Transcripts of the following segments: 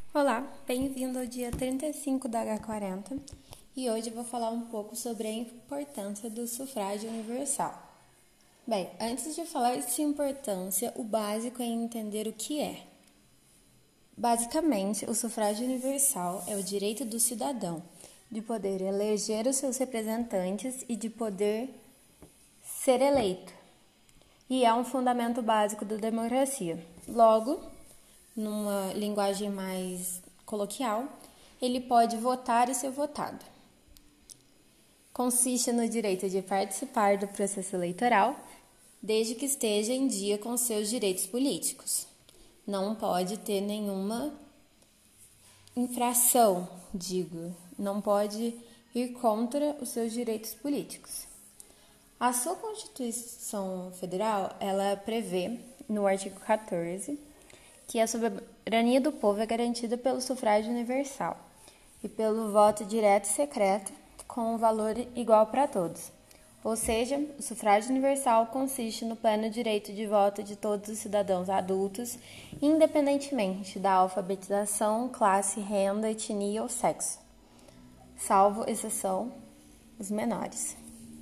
Olá, bem-vindo ao dia 35 da H40 e hoje eu vou falar um pouco sobre a importância do sufrágio universal. Bem, antes de falar de sua importância, o básico é entender o que é. Basicamente, o sufrágio universal é o direito do cidadão de poder eleger os seus representantes e de poder ser eleito. E é um fundamento básico da democracia. Logo, numa linguagem mais coloquial, ele pode votar e ser votado. Consiste no direito de participar do processo eleitoral, desde que esteja em dia com seus direitos políticos. Não pode ter nenhuma infração, não pode ir contra os seus direitos políticos. A sua Constituição Federal, ela prevê, no artigo 14, que a soberania do povo é garantida pelo sufrágio universal e pelo voto direto e secreto com valor igual para todos. Ou seja, o sufrágio universal consiste no pleno direito de voto de todos os cidadãos adultos, independentemente da alfabetização, classe, renda, etnia ou sexo, salvo exceção os menores.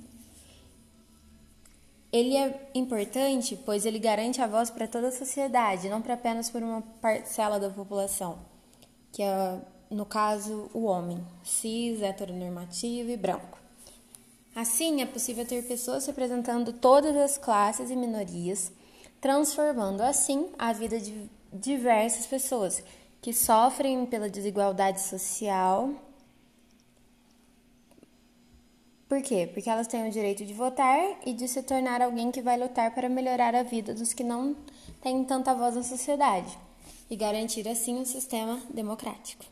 Ele é importante, pois ele garante a voz para toda a sociedade, não para apenas por uma parcela da população, que é, no caso, o homem, cis, heteronormativo e branco. Assim, é possível ter pessoas representando todas as classes e minorias, transformando, assim, a vida de diversas pessoas que sofrem pela desigualdade social. Por quê? Porque elas têm o direito de votar e de se tornar alguém que vai lutar para melhorar a vida dos que não têm tanta voz na sociedade e garantir, assim, um sistema democrático.